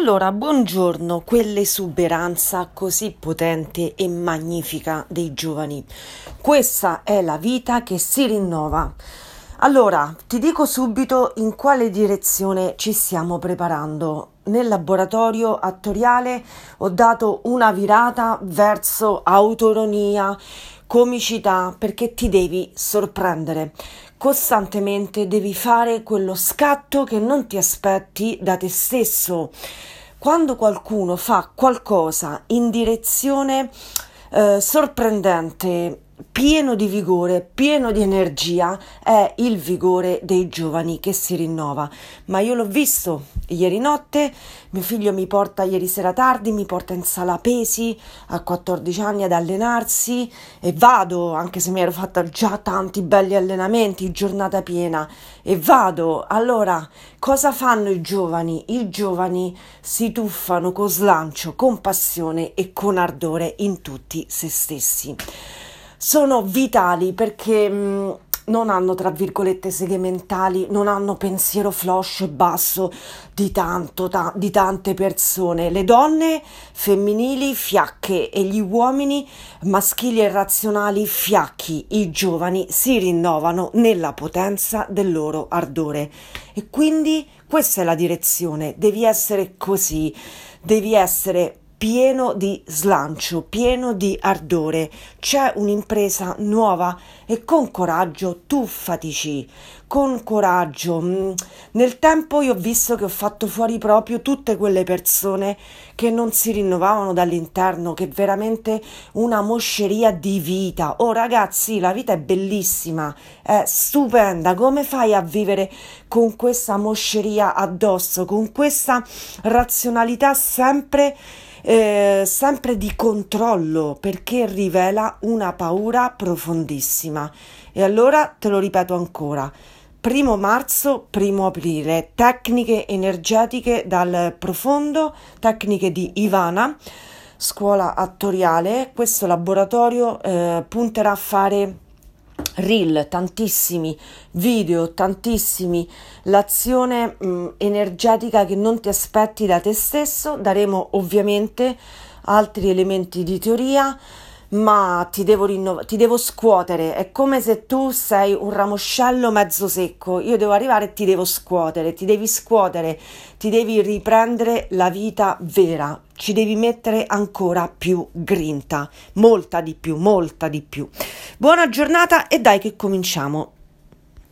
Allora, buongiorno, quell'esuberanza così potente e magnifica dei giovani. Questa è la vita che si rinnova. Allora, ti dico subito in quale direzione ci stiamo preparando. Nel laboratorio attoriale ho dato una virata verso autoironia, comicità, perché ti devi sorprendere. Costantemente devi fare quello scatto che non ti aspetti da te stesso. Quando qualcuno fa qualcosa in direzione sorprendente, pieno di vigore, pieno di energia, è il vigore dei giovani che si rinnova. Ma io l'ho visto ieri notte, mio figlio mi porta ieri sera tardi, mi porta in sala pesi a 14 anni ad allenarsi e vado, anche se mi ero fatta già tanti belli allenamenti, giornata piena, e vado. Allora, cosa fanno i giovani? I giovani si tuffano con slancio, con passione e con ardore in tutti se stessi. Sono vitali perché non hanno, tra virgolette, seghe mentali, non hanno pensiero floscio e basso di tante persone. Le donne femminili fiacche e gli uomini maschili e razionali fiacchi. I giovani si rinnovano nella potenza del loro ardore. E quindi questa è la direzione. Devi essere così, devi essere pieno di slancio, pieno di ardore. C'è un'impresa nuova e con coraggio tuffatici, con coraggio. Nel tempo io ho visto che ho fatto fuori proprio tutte quelle persone che non si rinnovavano dall'interno, che veramente una mosceria di vita. Oh ragazzi, la vita è bellissima, è stupenda. Come fai a vivere con questa mosceria addosso, con questa razionalità sempre di controllo, perché rivela una paura profondissima. E allora te lo ripeto ancora: 1 marzo, 1 aprile, tecniche energetiche dal profondo, tecniche di Ivana, scuola attoriale. Questo laboratorio punterà a fare reel, tantissimi video, tantissimi, l'azione energetica che non ti aspetti da te stesso. Daremo ovviamente altri elementi di teoria, ma ti devo scuotere. È come se tu sei un ramoscello mezzo secco, io devo arrivare e ti devo scuotere, ti devi scuotere, ti devi riprendere la vita vera, ci devi mettere ancora più grinta, molta di più. Buona giornata e dai che cominciamo.